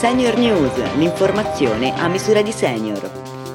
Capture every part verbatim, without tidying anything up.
Senior News, l'informazione a misura di senior.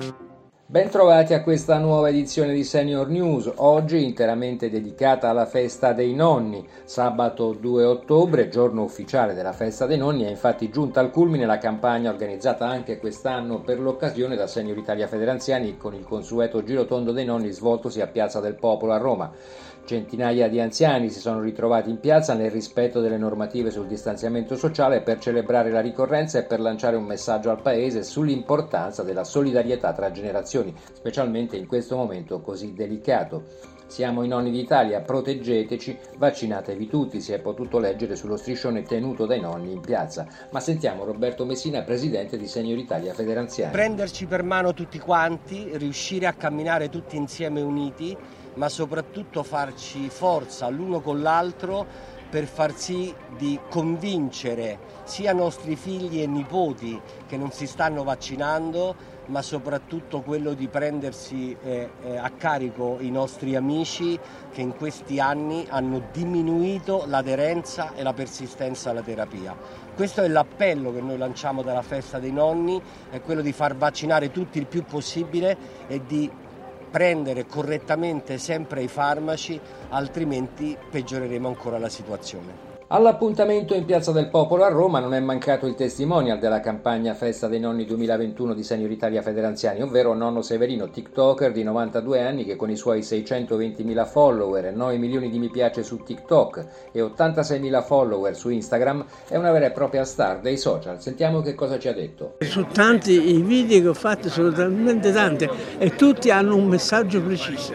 Bentrovati a questa nuova edizione di Senior News, oggi interamente dedicata alla festa dei nonni. Sabato due ottobre, giorno ufficiale della festa dei nonni, è infatti giunta al culmine la campagna organizzata anche quest'anno per l'occasione da Senior Italia Federanziani con il consueto girotondo dei nonni svoltosi a Piazza del Popolo a Roma. Centinaia di anziani si sono ritrovati in piazza nel rispetto delle normative sul distanziamento sociale per celebrare la ricorrenza e per lanciare un messaggio al Paese sull'importanza della solidarietà tra generazioni, specialmente in questo momento così delicato. Siamo i nonni d'Italia, proteggeteci, vaccinatevi tutti, si è potuto leggere sullo striscione tenuto dai nonni in piazza. Ma sentiamo Roberto Messina, presidente di Senior Italia Federanziani. Prenderci per mano tutti quanti, riuscire a camminare tutti insieme uniti, ma soprattutto farci forza l'uno con l'altro per far sì di convincere sia nostri figli e nipoti che non si stanno vaccinando, ma soprattutto quello di prendersi eh, eh, a carico i nostri amici che in questi anni hanno diminuito l'aderenza e la persistenza alla terapia. Questo è l'appello che noi lanciamo dalla festa dei nonni, è quello di far vaccinare tutti il più possibile e di prendere correttamente sempre i farmaci, altrimenti peggioreremo ancora la situazione. All'appuntamento in Piazza del Popolo a Roma non è mancato il testimonial della campagna Festa dei Nonni duemilaventuno di Senior Italia Federanziani, ovvero nonno Severino, tiktoker di novantadue anni che con i suoi seicentoventimila follower, nove milioni di mi piace su TikTok e ottantaseimila follower su Instagram è una vera e propria star dei social. Sentiamo che cosa ci ha detto. Su tanti i video che ho fatto sono talmente tanti e tutti hanno un messaggio preciso.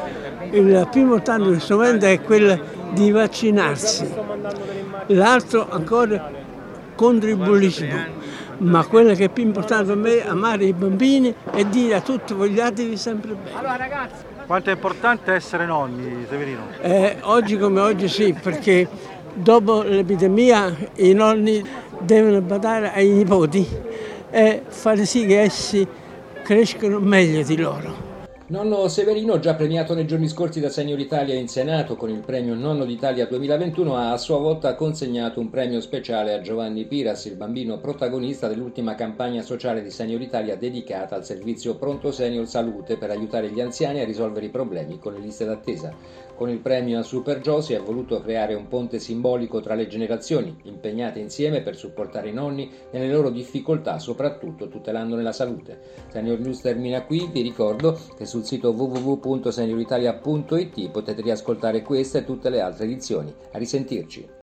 Il più importante in questo momento è quello di vaccinarsi, l'altro ancora contro il bullismo, ma quello che è più importante per me è amare i bambini e dire a tutti vogliatevi sempre bene. Allora ragazzi, quanto è importante essere nonni, Severino? Eh, oggi come oggi sì, perché dopo l'epidemia i nonni devono badare ai nipoti e fare sì che essi crescano meglio di loro. Nonno Severino, già premiato nei giorni scorsi da Senior Italia in Senato con il premio Nonno d'Italia duemilaventuno, ha a sua volta consegnato un premio speciale a Giovanni Piras, il bambino protagonista dell'ultima campagna sociale di Senior Italia dedicata al servizio Pronto Senior Salute per aiutare gli anziani a risolvere i problemi con le liste d'attesa. Con il premio a Super Joe si è voluto creare un ponte simbolico tra le generazioni, impegnate insieme per supportare i nonni nelle loro difficoltà, soprattutto tutelandone la salute. Senior News termina qui, vi ricordo che sul sito w w w punto senior italia punto i t potete riascoltare questa e tutte le altre edizioni. A risentirci.